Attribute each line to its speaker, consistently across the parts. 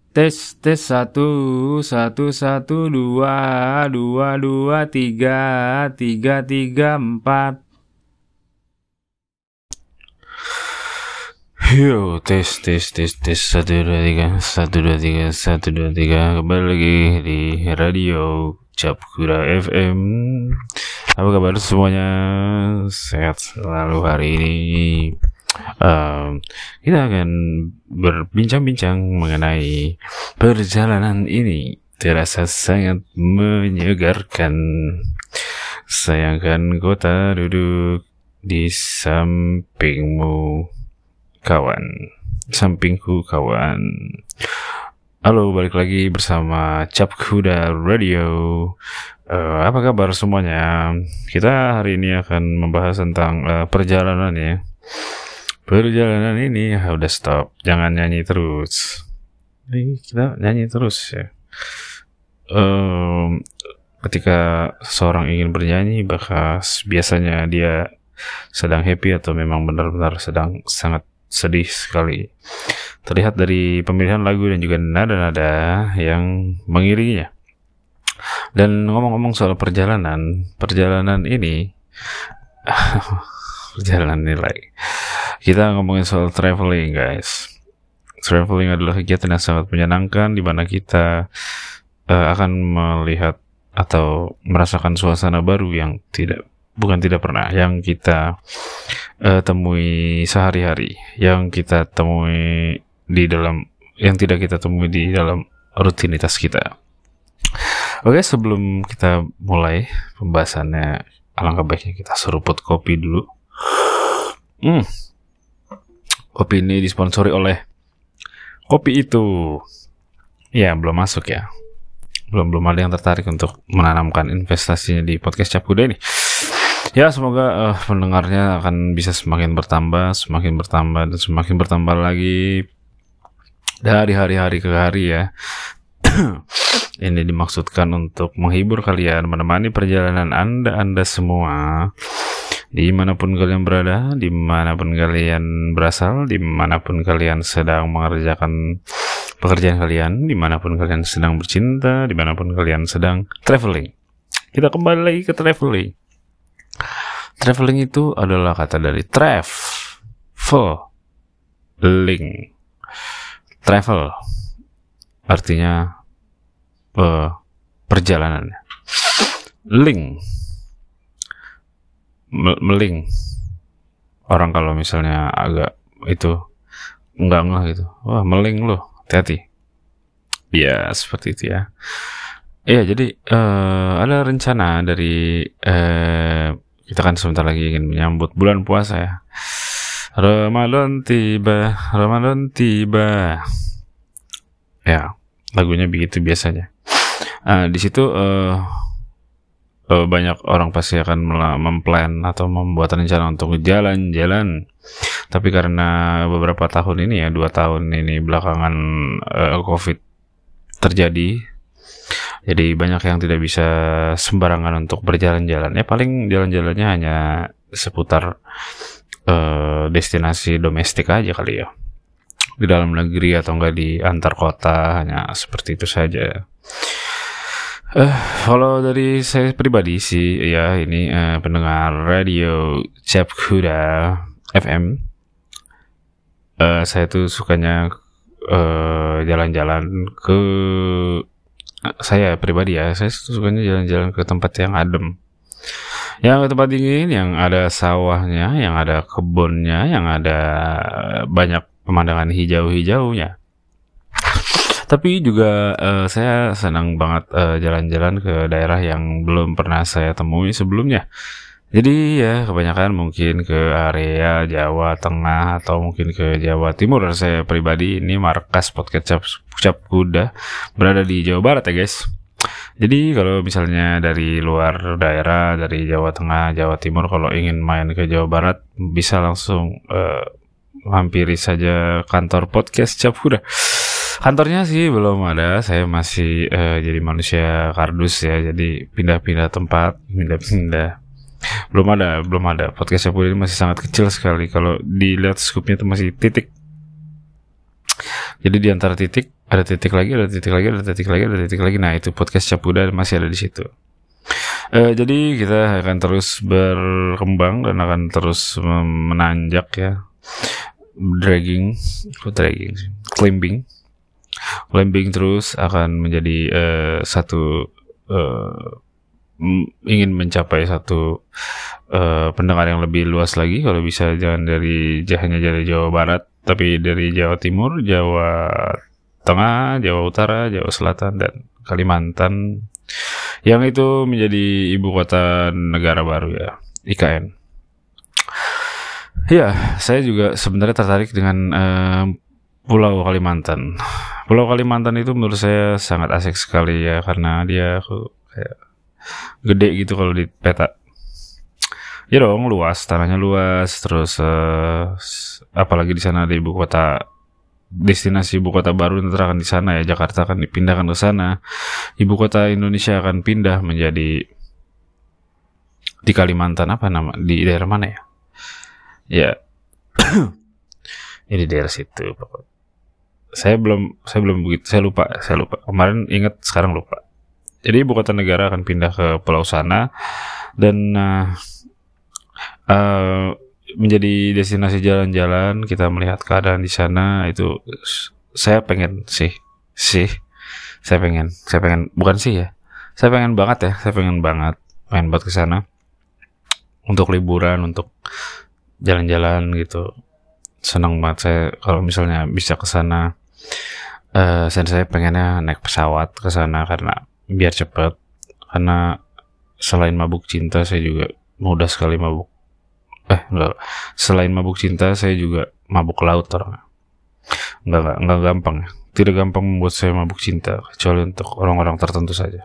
Speaker 1: Tes satu satu dua dua tiga empat. Yo tes 1 2 3 kembali lagi di radio Capkura FM. Apa kabar semuanya? Sehat selalu hari ini. Kita akan berbincang-bincang mengenai perjalanan ini. Terasa sangat menyegarkan. Sayangkan kota duduk di sampingmu, kawan. Sampingku, kawan. Halo, balik lagi bersama Capkuda Radio. Apa kabar semuanya? Kita hari ini akan membahas tentang perjalanan ya. Perjalanan ini udah stop, jangan nyanyi terus. Kita nyanyi terus ya. Ketika seorang ingin bernyanyi, biasanya dia sedang happy atau memang benar-benar sedang sangat sedih sekali. Terlihat dari pemilihan lagu dan juga nada-nada yang mengiringinya. Dan ngomong-ngomong soal perjalanan ini perjalanan nilai. Kita ngomongin soal traveling, guys. Traveling adalah kegiatan yang sangat menyenangkan di mana kita akan melihat atau merasakan suasana baru yang tidak pernah yang kita temui sehari-hari, yang kita temui yang tidak kita temui di dalam rutinitas kita. Oke, sebelum kita mulai pembahasannya, alangkah baiknya kita seruput kopi dulu. Kopi ini disponsori oleh Kopi Itu. Ya, belum masuk ya. Belum ada yang tertarik untuk menanamkan investasinya di podcast Capkuda ini. Ya, semoga pendengarnya akan bisa semakin bertambah dan semakin bertambah lagi dari hari ke hari ya. Ini dimaksudkan untuk menghibur kalian, menemani perjalanan Anda semua. Dimanapun kalian berada, dimanapun kalian berasal, dimanapun kalian sedang mengerjakan pekerjaan kalian, dimanapun kalian sedang bercinta, dimanapun kalian sedang traveling. Kita kembali lagi ke traveling. Traveling itu adalah kata dari traveling. Travel artinya perjalanan. Link, meling. Orang kalau misalnya agak itu enggak gitu, wah meling loh, hati-hati. Ya seperti itu ya. Iya, jadi ada rencana dari kita kan sebentar lagi ingin menyambut bulan puasa ya. Ramadan tiba. Ya, lagunya begitu biasanya. Di situ banyak orang pasti akan memplan atau membuat rencana untuk jalan-jalan. Tapi karena beberapa tahun ini ya, 2 tahun ini belakangan COVID terjadi, jadi banyak yang tidak bisa sembarangan untuk berjalan-jalan. Ya paling jalan-jalannya hanya seputar destinasi domestik aja kali ya. Di dalam negeri atau enggak di antar kota, hanya seperti itu saja. Kalau dari saya pribadi sih ya, ini pendengar radio Capkuda FM, saya tuh sukanya jalan-jalan ke, saya pribadi ya, saya tuh sukanya jalan-jalan ke tempat yang adem, yang ke tempat dingin, yang ada sawahnya, yang ada kebunnya, yang ada banyak pemandangan hijau-hijaunya. Tapi juga saya senang banget jalan-jalan ke daerah yang belum pernah saya temui sebelumnya. Jadi ya kebanyakan mungkin ke area Jawa Tengah atau mungkin ke Jawa Timur. Saya pribadi ini markas podcast Capkuda berada di Jawa Barat ya guys. Jadi kalau misalnya dari luar daerah, dari Jawa Tengah, Jawa Timur, kalau ingin main ke Jawa Barat, bisa langsung hampiri saja kantor podcast Capkuda. Kantornya sih belum ada, saya masih jadi manusia kardus ya, jadi pindah-pindah tempat, belum ada. Podcast Capkuda ini masih sangat kecil sekali, kalau dilihat skupnya itu masih titik. Jadi di antara titik ada titik lagi, ada titik lagi, ada titik lagi, ada titik lagi. Nah, itu podcast Capuda masih ada di situ. Jadi kita akan terus berkembang dan akan terus menanjak ya, climbing terus akan menjadi satu ingin mencapai satu pendengar yang lebih luas lagi, kalau bisa jangan hanya dari Jawa Barat, tapi dari Jawa Timur, Jawa Tengah, Jawa Utara, Jawa Selatan, dan Kalimantan, yang itu menjadi ibu kota negara baru ya, IKN. Ya, saya juga sebenarnya tertarik dengan Pulau Kalimantan. Pulau Kalimantan itu menurut saya sangat asik sekali ya, karena dia kayak gede gitu kalau di peta. Ya dong, luas, tanahnya luas, terus apalagi di sana ada ibu kota, destinasi ibu kota baru nanti akan di sana ya, Jakarta akan dipindahkan ke sana. Ibu kota Indonesia akan pindah menjadi di Kalimantan, apa nama, di daerah mana ya? Ya, ini daerah situ. Saya belum begitu, saya lupa. Kemarin ingat, sekarang lupa. Jadi ibu kota negara akan pindah ke pulau sana dan menjadi destinasi jalan-jalan. Kita melihat keadaan di sana itu, saya pengen sih. Saya pengen bukan sih ya. Saya pengen banget ke sana untuk liburan, untuk jalan-jalan gitu. Senang banget saya kalau misalnya bisa ke sana. Saya pengennya naik pesawat ke sana karena biar cepat. Karena selain mabuk cinta, saya juga mudah sekali mabuk. Selain mabuk cinta, saya juga mabuk laut orangnya. Enggak gampang ya. Tidak gampang membuat saya mabuk cinta, kecuali untuk orang-orang tertentu saja.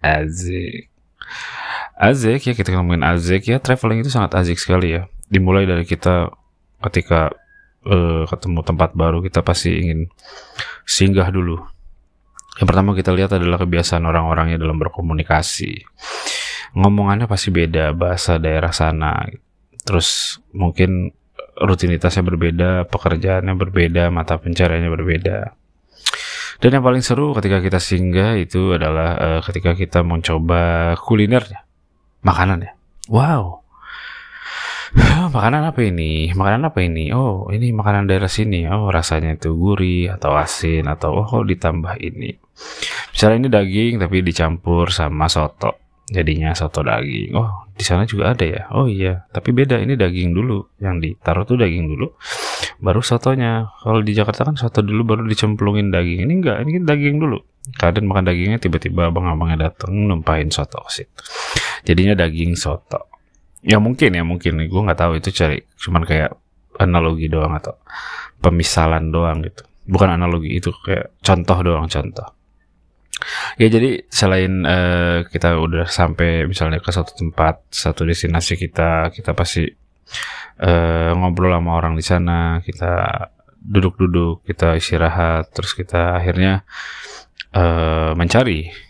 Speaker 1: Asik ya, kita ngomongin asik ya. Traveling itu sangat asik sekali ya. Dimulai dari kita ketika ketemu tempat baru, kita pasti ingin singgah dulu. Yang pertama kita lihat adalah kebiasaan orang-orangnya dalam berkomunikasi. Ngomongannya pasti beda, bahasa daerah sana. Terus mungkin rutinitasnya berbeda, pekerjaannya berbeda, mata pencariannya berbeda. Dan yang paling seru ketika kita singgah itu adalah ketika kita mencoba kulinernya, makanannya. Wow, makanan apa ini? Oh, ini makanan daerah sini. Oh, rasanya itu gurih atau asin atau ditambah ini. Misalnya ini daging tapi dicampur sama soto, jadinya soto daging. Oh, di sana juga ada ya. Oh iya, tapi beda, ini daging dulu. Yang ditaruh tuh daging dulu, baru sotonya. Kalau di Jakarta kan soto dulu baru dicemplungin daging. Ini enggak, ini daging dulu. Kadang makan dagingnya, tiba-tiba abang-abangnya datang numpahin soto ke situ. Jadinya daging soto. Ya mungkin gue nggak tahu, itu cuman kayak analogi doang atau pemisalan doang gitu. Bukan analogi, itu kayak contoh doang. Ya jadi selain kita udah sampai misalnya ke suatu tempat, satu destinasi, kita pasti ngobrol sama orang di sana, kita duduk-duduk, kita istirahat, terus kita akhirnya mencari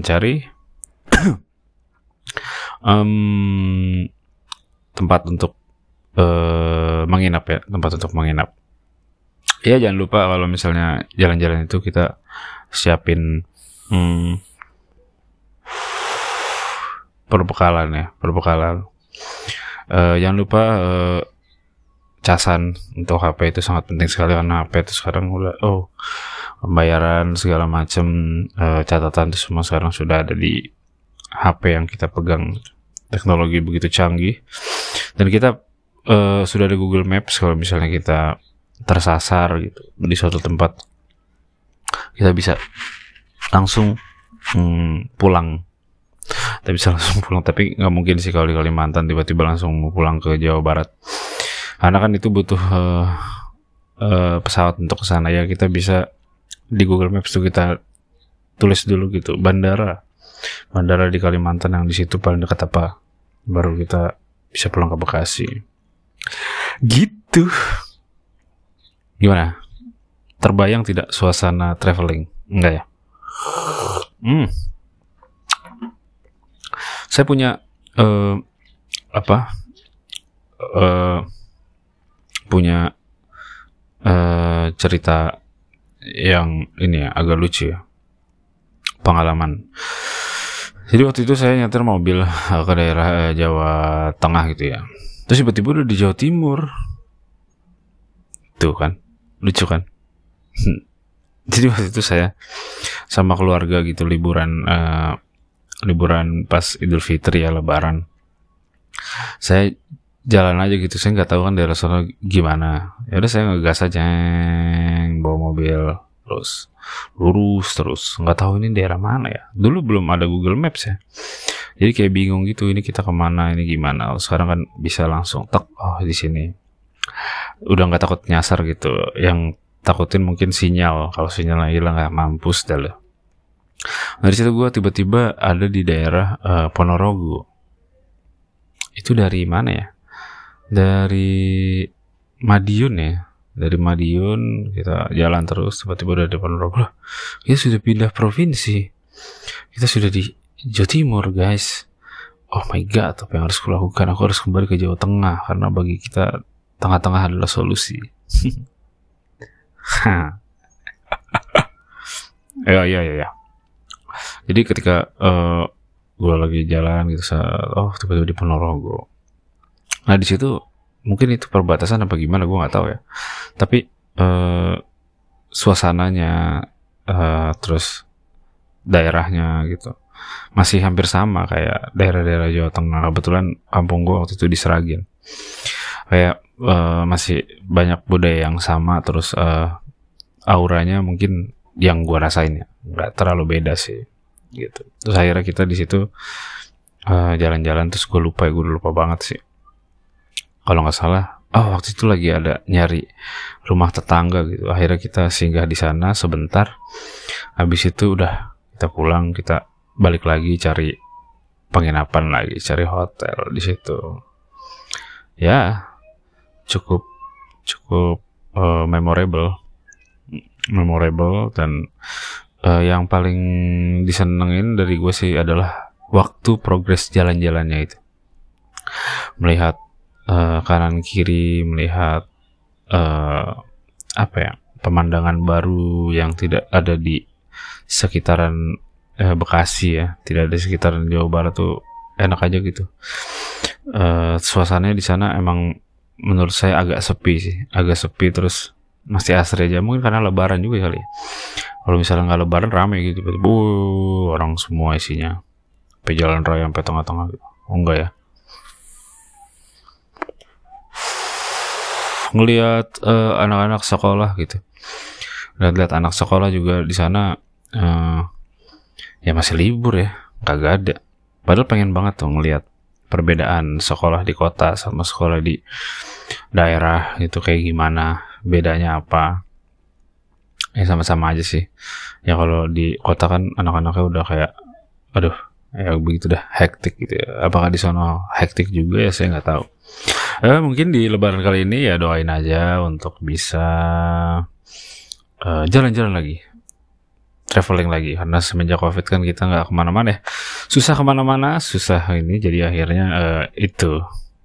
Speaker 1: tempat untuk menginap. Ya jangan lupa kalau misalnya jalan-jalan itu kita siapin perbekalan. Jangan lupa casan untuk HP itu sangat penting sekali, karena HP itu sekarang udah pembayaran segala macam, catatan itu semua sekarang sudah ada di HP yang kita pegang. Teknologi begitu canggih, dan kita sudah ada Google Maps. Kalau misalnya kita tersasar gitu di suatu tempat, kita bisa langsung pulang. Tapi nggak mungkin sih kalau di Kalimantan tiba-tiba langsung mau pulang ke Jawa Barat, karena kan itu butuh pesawat untuk kesana ya. Kita bisa di Google Maps tuh kita tulis dulu gitu, bandara di Kalimantan yang di situ paling dekat apa, baru kita bisa pulang ke Bekasi gitu. Gimana, terbayang tidak suasana traveling? Enggak ya? Saya punya cerita yang ini ya, agak lucu ya, pengalaman. Jadi waktu itu saya nyetir mobil ke daerah Jawa Tengah gitu ya. Terus tiba-tiba udah di Jawa Timur. Tuh kan, lucu kan. Jadi waktu itu saya sama keluarga gitu liburan pas Idul Fitri ya, Lebaran. Saya jalan aja gitu, saya nggak tahu kan daerah sana gimana. Ya udah saya ngegas aja, bawa mobil terus lurus terus, nggak tahu ini daerah mana ya. Dulu belum ada Google Maps ya, jadi kayak bingung gitu, ini kita kemana, ini gimana. Sekarang kan bisa langsung tek, oh di sini. Udah nggak takut nyasar gitu. Yang takutin mungkin sinyal, kalau sinyalnya hilang nggak mampus dah loh. Nah di situ gue tiba-tiba ada di daerah Ponorogo. Itu dari mana ya? Dari Madiun ya. Dari Madiun kita jalan terus, tiba-tiba udah di Ponorogo. Kita sudah pindah provinsi. Kita sudah di Jawa Timur, guys. Oh my god, apa yang harus kulakukan? Aku harus kembali ke Jawa Tengah, karena bagi kita tengah-tengah adalah solusi. Ya. Jadi ketika gue lagi jalan gitu, tiba-tiba di Ponorogo. Nah di situ mungkin itu perbatasan apa gimana, gue nggak tahu ya. Tapi suasananya terus daerahnya gitu masih hampir sama kayak daerah-daerah Jawa Tengah. Kebetulan kampung gue waktu itu di Seragen. Kayak masih banyak budaya yang sama, terus auranya mungkin yang gue rasain ya nggak terlalu beda sih gitu. Terus akhirnya kita di situ jalan-jalan, terus gue lupa banget sih. Kalau nggak salah, waktu itu lagi ada nyari rumah tetangga gitu. Akhirnya kita singgah di sana sebentar. Habis itu udah kita pulang, kita balik lagi cari penginapan lagi, cari hotel di situ. Ya, cukup memorable dan yang paling disenengin dari gue sih adalah waktu progres jalan-jalannya itu. Melihat kanan kiri, melihat pemandangan baru yang tidak ada di sekitaran Bekasi ya, tidak ada di sekitaran Jawa Barat tuh, enak aja gitu. Suasananya di sana emang menurut saya agak sepi terus masih asri aja, mungkin karena Lebaran juga kali ya. Kalau misalnya nggak Lebaran rame gitu, orang semua isinya, sampai jalan raya sampai tengah-tengah gitu. Oh enggak ya. Ngelihat anak-anak sekolah gitu, lihat anak sekolah juga di sana ya masih libur ya, kagak ada. Padahal pengen banget tuh ngelihat perbedaan sekolah di kota sama sekolah di daerah gitu, kayak gimana, bedanya apa. Ya sama-sama aja sih ya. Kalau di kota kan anak-anaknya udah kayak aduh ya begitu dah, hektik gitu ya. Apakah di sana hektik juga ya, saya nggak tahu. Mungkin di Lebaran kali ini ya doain aja untuk bisa jalan-jalan lagi, traveling lagi, karena semenjak COVID kan kita nggak kemana-mana ya, susah kemana-mana, susah ini, jadi akhirnya itu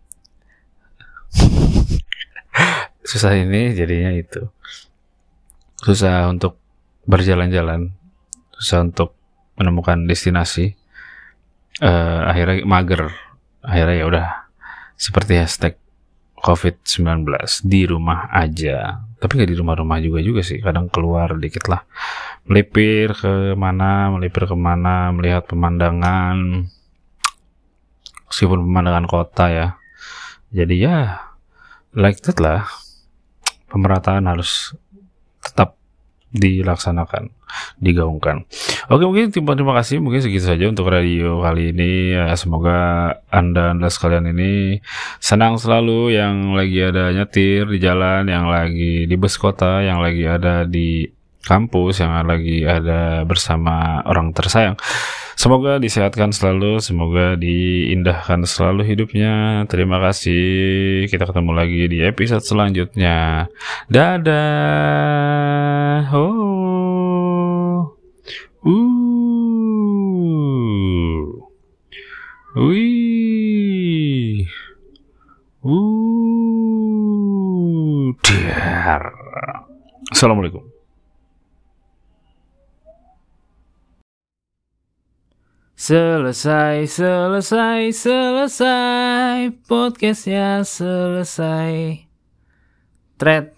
Speaker 1: susah ini jadinya itu susah untuk berjalan-jalan, susah untuk menemukan destinasi, akhirnya mager, akhirnya ya udah seperti hashtag COVID-19, di rumah aja. Tapi nggak di rumah-rumah juga sih, kadang keluar dikit lah, melipir kemana, melihat pemandangan, meskipun pemandangan kota ya. Jadi ya like that lah, pemerataan harus tetap dilaksanakan, digaungkan. Oke, mungkin terima kasih, mungkin segitu saja untuk radio kali ini ya. Semoga anda sekalian ini senang selalu, yang lagi ada nyetir di jalan, yang lagi di bus kota, yang lagi ada di kampus, yang lagi ada bersama orang tersayang. Semoga disehatkan selalu, semoga diindahkan selalu hidupnya. Terima kasih. Kita ketemu lagi di episode selanjutnya. Dadah. Assalamualaikum. Selesai podcastnya selesai. Thread